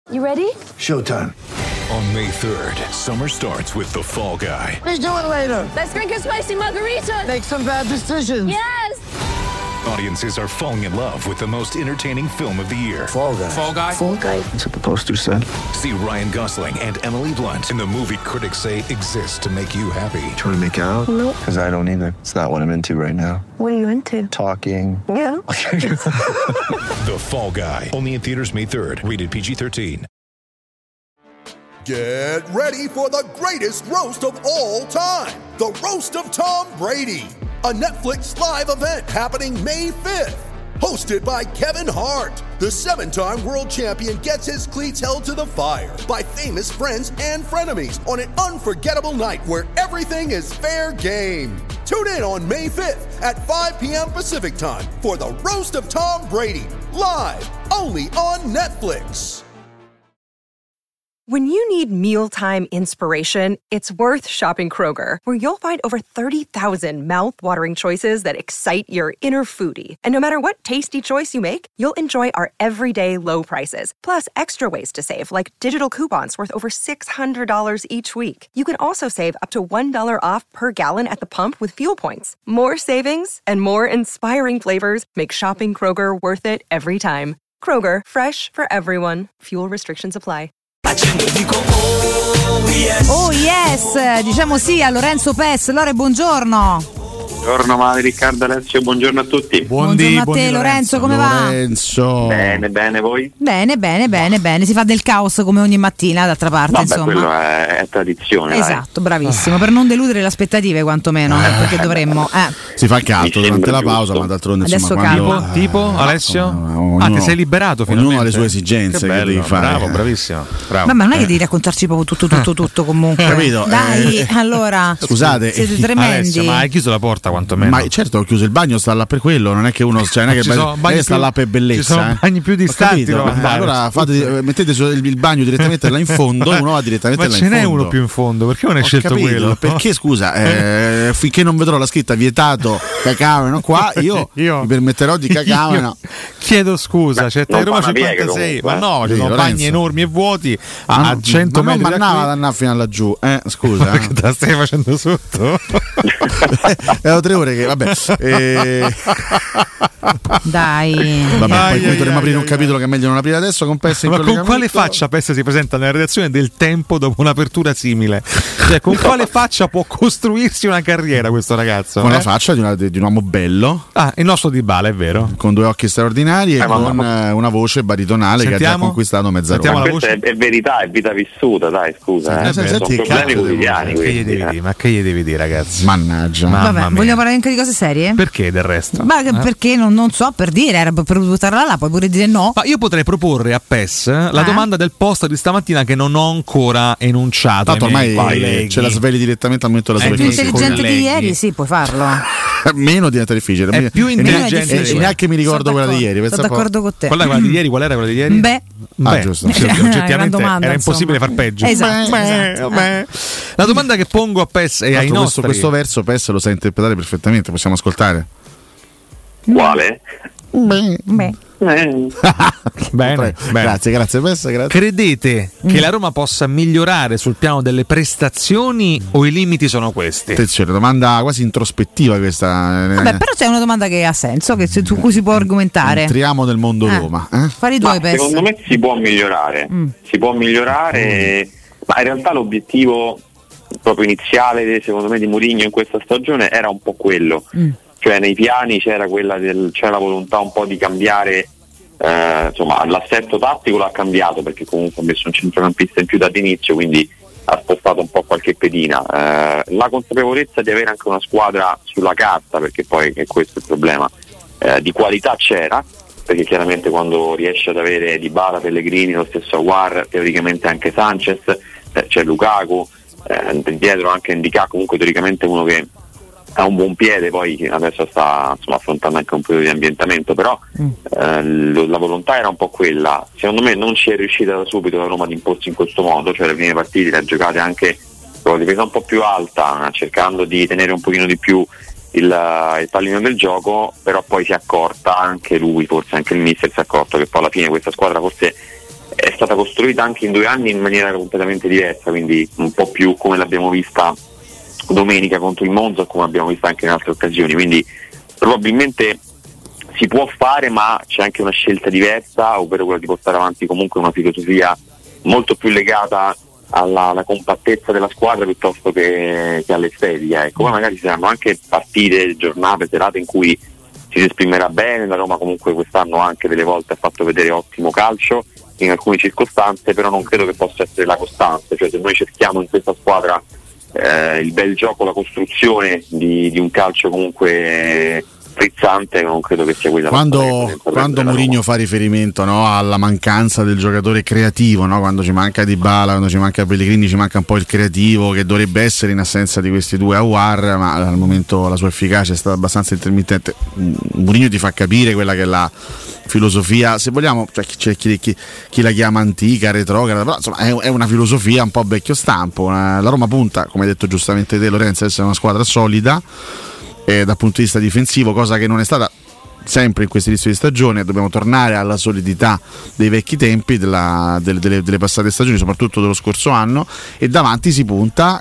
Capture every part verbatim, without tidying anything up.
You ready? Showtime. On May third, summer starts with The Fall Guy. Let's do it later. Let's drink a spicy margarita. Make some bad decisions. Yes! Audiences are falling in love with the most entertaining film of the year. Fall Guy. Fall Guy? Fall Guy. That's what the poster said. See Ryan Gosling and Emily Blunt in the movie critics say exists to make you happy. Trying to make it out? Nope. Because I don't either. It's not what I'm into right now. What are you into? Talking. Yeah. The Fall Guy. Only in theaters May third. Rated P G thirteen. Get ready for the greatest roast of all time. The Roast of Tom Brady. A Netflix live event happening May fifth. Hosted by Kevin Hart. The seven-time world champion gets his cleats held to the fire by famous friends and frenemies on an unforgettable night where everything is fair game. Tune in on May fifth at five p.m. Pacific time for the Roast of Tom Brady. Live only on Netflix. When you need mealtime inspiration, it's worth shopping Kroger, where you'll find over thirty thousand mouth-watering choices that excite your inner foodie. And no matter what tasty choice you make, you'll enjoy our everyday low prices, plus extra ways to save, like digital coupons worth over six hundred dollars each week. You can also save up to one dollar off per gallon at the pump with fuel points. More savings and more inspiring flavors make shopping Kroger worth it every time. Kroger, fresh for everyone. Fuel restrictions apply. Oh yes, diciamo sì a Lorenzo Pes. Lore, buongiorno. Buongiorno Mari, Riccardo, Alessio, buongiorno a tutti. Buongiorno a te Lorenzo, come va? Lorenzo. Bene, bene, voi? Bene, bene, bene, bene. Si fa del caos come ogni mattina, d'altra parte. Vabbè, insomma. quello è, è tradizione. Esatto, dai. Bravissimo, per non deludere le aspettative quantomeno, eh, perché dovremmo. Eh. Si fa caldo durante la pausa, giusto. ma d'altronde Adesso insomma quando, capo. Tipo, eh, Alessio? ognuno, Ah, ti sei liberato finalmente. Ognuno ha le sue esigenze che, che bello, devi fare. Bravo, bravissimo. Bravo. Ma non è che devi raccontarci proprio tutto, tutto, tutto comunque. Capito? Dai, Eh, allora. Scusate, Siete tremendi. Alessio, ma hai chiuso la porta quantomeno? Ma certo ho chiuso il bagno, sta là per quello, non è che uno cioè, non è che Ci sono be- bagni lei sta più- là per bellezza. ci sono eh. bagni più Ho distanti capito, dove eh, andare. allora fate, mettete su- il bagno direttamente là in fondo e uno va direttamente Ma là ce in n'è fondo. uno più in fondo, perché non hai Ho scelto capito, quello? perché scusa, eh, finché non vedrò la scritta vietato cacavano qua, io, Io- mi permetterò di cacavano. Io chiedo scusa, c'è non Roma fa una piega cinquantasei, comunque, ma no, ci Sì, sono Lorenzo. bagni enormi e vuoti Ma a, no, a cento ma non metri da mannava qui. ad andare fino a laggiù, eh, scusa. Perché te la stai facendo sotto? Erano tre ore che vabbè. Eh, Dai. vabbè, Ai, poi qui ai, dovremmo ai, aprire ai, un capitolo che è meglio non aprire adesso con Pes in Ma con quale collegamento. faccia Pes si presenta nella redazione del Tempo dopo un'apertura simile? Cioè, con quale faccia può costruirsi una carriera questo ragazzo? Con eh? la faccia di, una- di un uomo bello, Ah, il nostro Dybala, è vero. con due occhi straordinari e Eh, ma- con eh, una voce baritonale che ha già Sentiamo? conquistato mezza Sentiamo Roma. la Questa è, è verità, è vita vissuta, dai, scusa. Sì, eh. sì, sì, Sono sì, problemi cazzo quotidiani. devo Che gli quindi, devi eh. dire? Ma che gli devi dire, ragazzi? Mannaggia. Ma- Vabbè, Mamma mia. vogliamo parlare anche di cose serie? Perché del resto? Ma che- Eh? perché non, non so, per dire, era per buttarla là, puoi pure dire no. Ma io potrei proporre a Pes la Eh? domanda del post di stamattina che non ho ancora enunciato. Tanto ai miei ormai colleghi. ce la sveli direttamente al momento della È Più sua sì, intelligente colleghi. di ieri, sì, puoi farlo. Meno diventa difficile. È Mi- più e intelligente neanche- di e ieri. neanche mi ricordo Sono quella di d'accordo, ieri. pensa Sono un po'. d'accordo con te. Qual è quella di ieri? Qual era quella di ieri? Beh. Ah, Beh, giusto. sì, Gran oggettivamente domanda, era impossibile insomma. far peggio. Esatto, Beh, esatto. beh. La domanda che pongo a Pes e Tra ai l'altro nostri questo, questo verso Pes lo sa interpretare perfettamente, possiamo ascoltare. Quale? Beh. Eh. Bene, Prego. bene. Grazie, grazie Pes, grazie. Credete che la Roma possa migliorare sul piano delle prestazioni o i limiti sono questi? Attenzione, domanda quasi introspettiva questa. Vabbè, però c'è una domanda che ha senso, che su cui si può argomentare. Entriamo nel mondo Eh. Roma. Eh? Fare i Ma tuoi pezzi. secondo me si può migliorare, Mm. si può migliorare, ma in realtà l'obiettivo proprio iniziale, secondo me, di Mourinho in questa stagione era un po' quello. Mm. Cioè nei piani c'era quella del, c'era la volontà un po' di cambiare, eh, insomma l'assetto tattico l'ha cambiato perché comunque ha messo un centrocampista in più dall'inizio, quindi ha spostato un po' qualche pedina. Eh, la consapevolezza di avere anche una squadra sulla carta, perché poi è questo il problema, eh, di qualità c'era, perché chiaramente quando riesci ad avere Dybala, Pellegrini, lo stesso Aouar, teoricamente anche Sanchez, eh, c'è Lukaku, eh, dietro anche Ndicà, comunque teoricamente uno che ha un buon piede, poi adesso sta insomma, affrontando anche un periodo di ambientamento, però Mm. eh, lo- la volontà era un po' quella. Secondo me non ci è riuscita da subito la Roma ad imporsi in questo modo, cioè le prime partite le ha giocate anche con la difesa un po' più alta, cercando di tenere un pochino di più il, il pallino del gioco, però poi si è accorta, anche lui, forse anche il mister si è accorto che poi alla fine questa squadra forse è stata costruita anche in due anni in maniera completamente diversa, quindi un po' più come l'abbiamo vista domenica contro il Monza, come abbiamo visto anche in altre occasioni, quindi probabilmente si può fare, ma c'è anche una scelta diversa, ovvero quella di portare avanti comunque una filosofia molto più legata alla, alla compattezza della squadra piuttosto che, che all'estetica. Ecco, poi magari ci saranno anche partite, giornate, serate in cui si esprimerà bene. La Roma comunque quest'anno anche delle volte ha fatto vedere ottimo calcio in alcune circostanze, però non credo che possa essere la costante. Cioè, se noi cerchiamo in questa squadra eh, il bel gioco, la costruzione di, di un calcio comunque frizzante, non credo che sia quella. Quando, quando Mourinho fa riferimento, no, alla mancanza del giocatore creativo, no? Quando ci manca Dybala, quando ci manca Pellegrini, ci manca un po' il creativo che dovrebbe essere in assenza di questi due Aouar, ma al momento la sua efficacia è stata abbastanza intermittente. Mourinho ti fa capire quella che è la filosofia, se vogliamo, cioè, c'è chi, chi, chi la chiama antica, retrograda, però insomma è, è una filosofia un po' vecchio stampo. La Roma punta, come hai detto giustamente te Lorenzo, ad essere una squadra solida Eh, dal punto di vista difensivo, cosa che non è stata sempre in questo inizio di stagione. Dobbiamo tornare alla solidità dei vecchi tempi della, delle, delle, delle passate stagioni, soprattutto dello scorso anno, e davanti si punta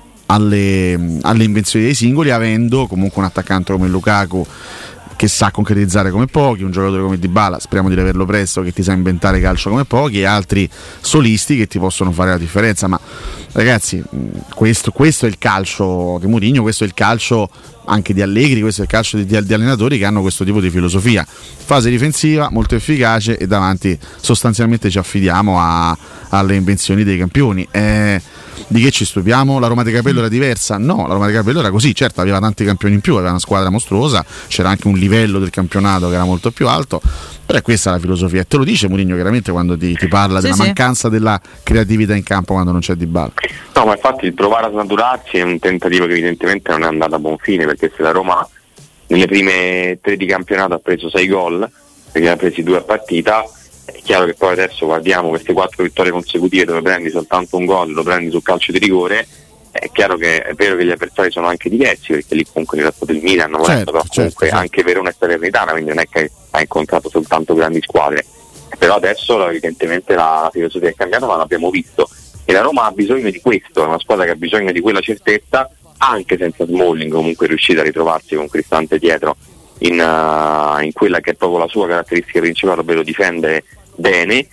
alle, alle invenzioni dei singoli, avendo comunque un attaccante come Lukaku che sa concretizzare come pochi, un giocatore come Dybala, speriamo di averlo presto, che ti sa inventare calcio come pochi, e altri solisti che ti possono fare la differenza. Ma ragazzi, questo, questo è il calcio di Mourinho, questo è il calcio anche di Allegri, questo è il calcio di, di, di allenatori che hanno questo tipo di filosofia. Fase difensiva molto efficace e davanti sostanzialmente ci affidiamo a, alle invenzioni dei campioni. Eh, di che ci stupiamo? La Roma di Capello era diversa? No, la Roma di Capello era così, certo aveva tanti campioni in più, aveva una squadra mostruosa, c'era anche un livello del campionato che era molto più alto, però è questa la filosofia, e te lo dice Mourinho chiaramente quando ti, ti parla sì, della sì. mancanza della creatività in campo quando non c'è Dybala. No, ma infatti il provare a snaturarsi è un tentativo che evidentemente non è andato a buon fine, perché se la Roma nelle prime tre di campionato ha preso sei gol, perché ne ha presi due a partita, è chiaro che poi adesso guardiamo queste quattro vittorie consecutive dove prendi soltanto un gol, lo prendi sul calcio di rigore. È chiaro che è vero che gli avversari sono anche diversi, perché lì comunque nel resto del Milan, certo, volendo, però comunque certo, certo. anche Verona e Salernitana, quindi non è che ha incontrato soltanto grandi squadre. Però adesso evidentemente la filosofia è cambiata, ma l'abbiamo visto, e la Roma ha bisogno di questo, è una squadra che ha bisogno di quella certezza, anche senza Smalling comunque è riuscita a ritrovarsi con Cristante dietro in, uh, in quella che è proprio la sua caratteristica principale, ovvero difendere bene,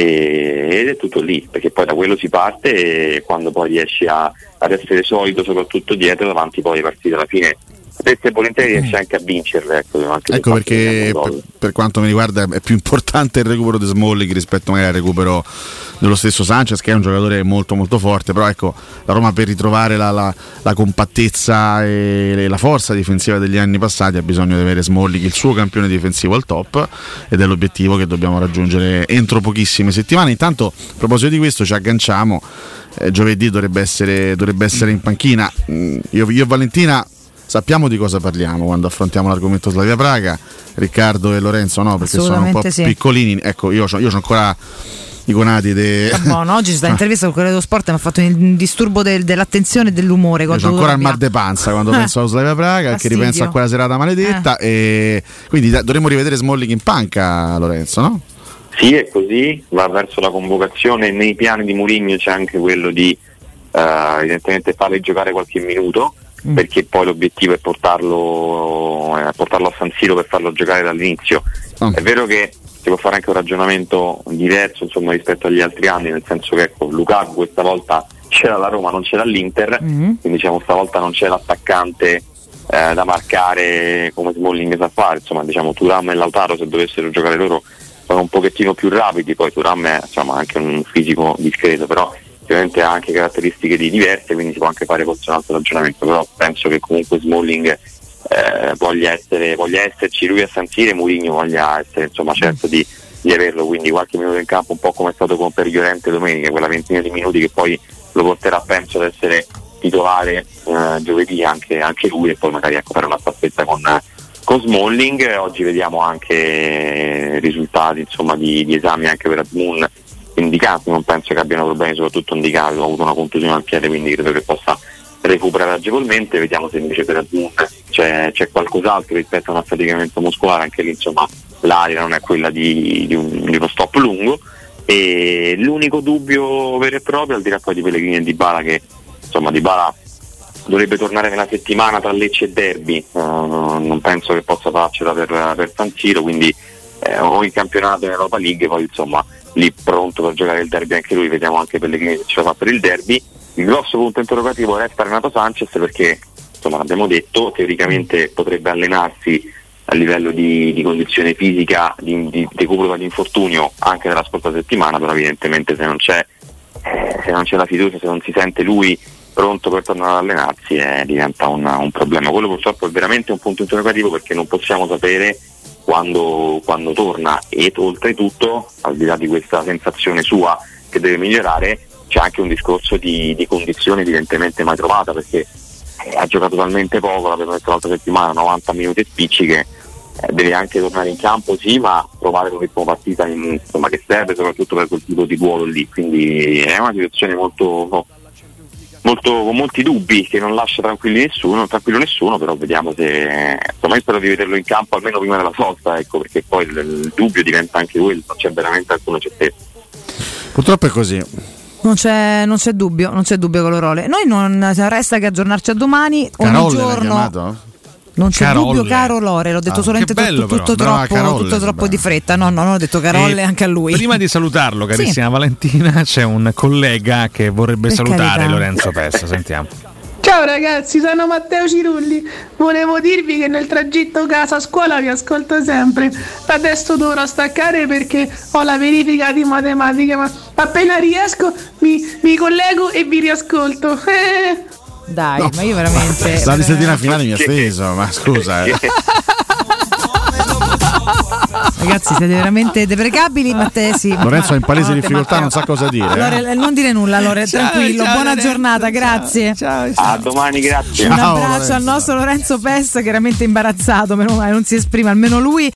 e, ed è tutto lì, perché poi da quello si parte, e quando poi riesci a, ad essere solido soprattutto dietro, davanti poi le partite alla fine spesso e volentieri riesce anche a vincerle. Ecco, anche ecco perché per, per quanto mi riguarda è più importante il recupero di Smalling rispetto magari al recupero dello stesso Sanchez, che è un giocatore molto molto forte, però ecco, la Roma per ritrovare la, la, la compattezza e la forza difensiva degli anni passati ha bisogno di avere Smalling, il suo campione difensivo, al top, ed è l'obiettivo che dobbiamo raggiungere entro pochissime settimane. Intanto, a proposito di questo, ci agganciamo, eh, giovedì dovrebbe essere, dovrebbe essere in panchina. Mm, io, io e Valentina sappiamo di cosa parliamo quando affrontiamo l'argomento Slavia Praga, Riccardo e Lorenzo no, perché sono un po' sì. piccolini. Ecco, io ho io ancora i conati de... buono, oggi c'è stata intervista con quello dello sport e mi ha fatto un disturbo del, dell'attenzione e dell'umore. Io ho ancora il mal de panza quando eh. penso allo Slavia Praga, che ripenso a quella serata maledetta, eh. e quindi da, dovremmo rivedere Smalling in panca, Lorenzo, no? Sì, è così, va verso la convocazione. Nei piani di Mourinho c'è anche quello di uh, evidentemente farle giocare qualche minuto, Mm. perché poi l'obiettivo è portarlo, eh, portarlo a San Siro per farlo giocare dall'inizio. Oh. È vero che si può fare anche un ragionamento diverso, insomma, rispetto agli altri anni, nel senso che ecco, Lukaku questa volta c'era la Roma, non c'era l'Inter, mm. quindi diciamo stavolta non c'è l'attaccante eh, da marcare come Smalling sa fare. Insomma, diciamo Thuram e Lautaro, se dovessero giocare loro, sono un pochettino più rapidi. Poi Thuram è insomma anche un fisico discreto, però ovviamente ha anche caratteristiche di diverse, quindi si può anche fare forse un altro ragionamento, però penso che comunque Smalling eh, voglia essere voglia esserci lui a San Siro, e Mourinho voglia essere insomma certo di, di averlo, quindi qualche minuto in campo, un po' come è stato con per Llorente domenica, quella ventina di minuti che poi lo porterà penso ad essere titolare eh, giovedì anche, anche lui, e poi magari ecco, fare una staffetta con, con Smalling. Oggi vediamo anche risultati insomma di, di esami anche per Azmoun indicati, non penso che abbiano problemi, soprattutto indicati, ha avuto una contusione al piede, quindi credo che possa recuperare agevolmente. Vediamo se invece per Azmoun c'è, c'è qualcos'altro rispetto a un affaticamento muscolare, anche lì insomma l'area non è quella di, di, un, di uno stop lungo, E l'unico dubbio vero e proprio, al di là poi di Pellegrini e Dybala, che insomma Dybala dovrebbe tornare nella settimana tra Lecce e Derby, uh, non penso che possa farcela per, per San Siro, quindi eh, o in campionato in Europa League, poi insomma lì pronto per giocare il derby anche lui, vediamo anche Pellegrini se ce la fa per il derby. Il grosso punto interrogativo resta Renato Sanchez, perché insomma l'abbiamo detto, teoricamente potrebbe allenarsi a livello di, di condizione fisica, di, di recupero dall'infortunio anche della scorsa settimana, però evidentemente se non c'è eh, se non c'è la fiducia, se non si sente lui pronto per tornare ad allenarsi, eh, diventa un, un problema. Quello purtroppo è veramente un punto interrogativo, perché non possiamo sapere quando, quando torna, e oltretutto, al di là di questa sensazione sua che deve migliorare, c'è anche un discorso di, di condizione evidentemente mai trovata, perché eh, ha giocato talmente poco, l'abbiamo detto l'altra settimana, novanta minuti spicciche, eh, deve anche tornare in campo, sì, ma provare un ritmo partita in, insomma, che serve soprattutto per quel tipo di ruolo lì, quindi è una situazione molto... No, molto, con molti dubbi, che non lascia tranquilli nessuno, tranquillo nessuno, però vediamo se, insomma, io spero di vederlo in campo almeno prima della sosta, ecco, perché poi il, il dubbio diventa anche quello, non c'è veramente alcuna certezza. Purtroppo è così. Non c'è, non c'è dubbio, non c'è dubbio con Lorole. Noi non resta che aggiornarci a domani. Carolle ogni giorno. Non c'è Carolle. dubbio, caro Lore, l'ho detto Ah, solamente che bello, tutto, tutto però. Brava troppo, Carolle, tutto troppo brava. di fretta. No, no, non ho detto Carolle E anche a lui. Prima di salutarlo, carissima Sì. Valentina, c'è un collega che vorrebbe Per salutare carità. Lorenzo Pessa. Sentiamo. Ciao ragazzi, sono Matteo Cirulli. Volevo dirvi che nel tragitto casa-scuola vi ascolto sempre. Adesso dovrò staccare perché ho la verifica di matematica, ma appena riesco mi, mi collego e vi riascolto. Eh. Dai, ma io veramente. La risatina finale mi ha steso, ma scusa. Eh. Ragazzi, siete veramente deprecabili, Matteo. Sì. Lorenzo è in palese Notte, difficoltà, Matteo. non sa cosa dire. eh. Lore, non dire nulla, Lore, Ciao, tranquillo. ciao, Buona Lorenzo, giornata, ciao. grazie. Ciao, ciao. A domani, grazie. Un Ciao, abbraccio Lorenzo. al nostro Lorenzo Pessa, chiaramente imbarazzato, meno male, non si esprime, almeno lui.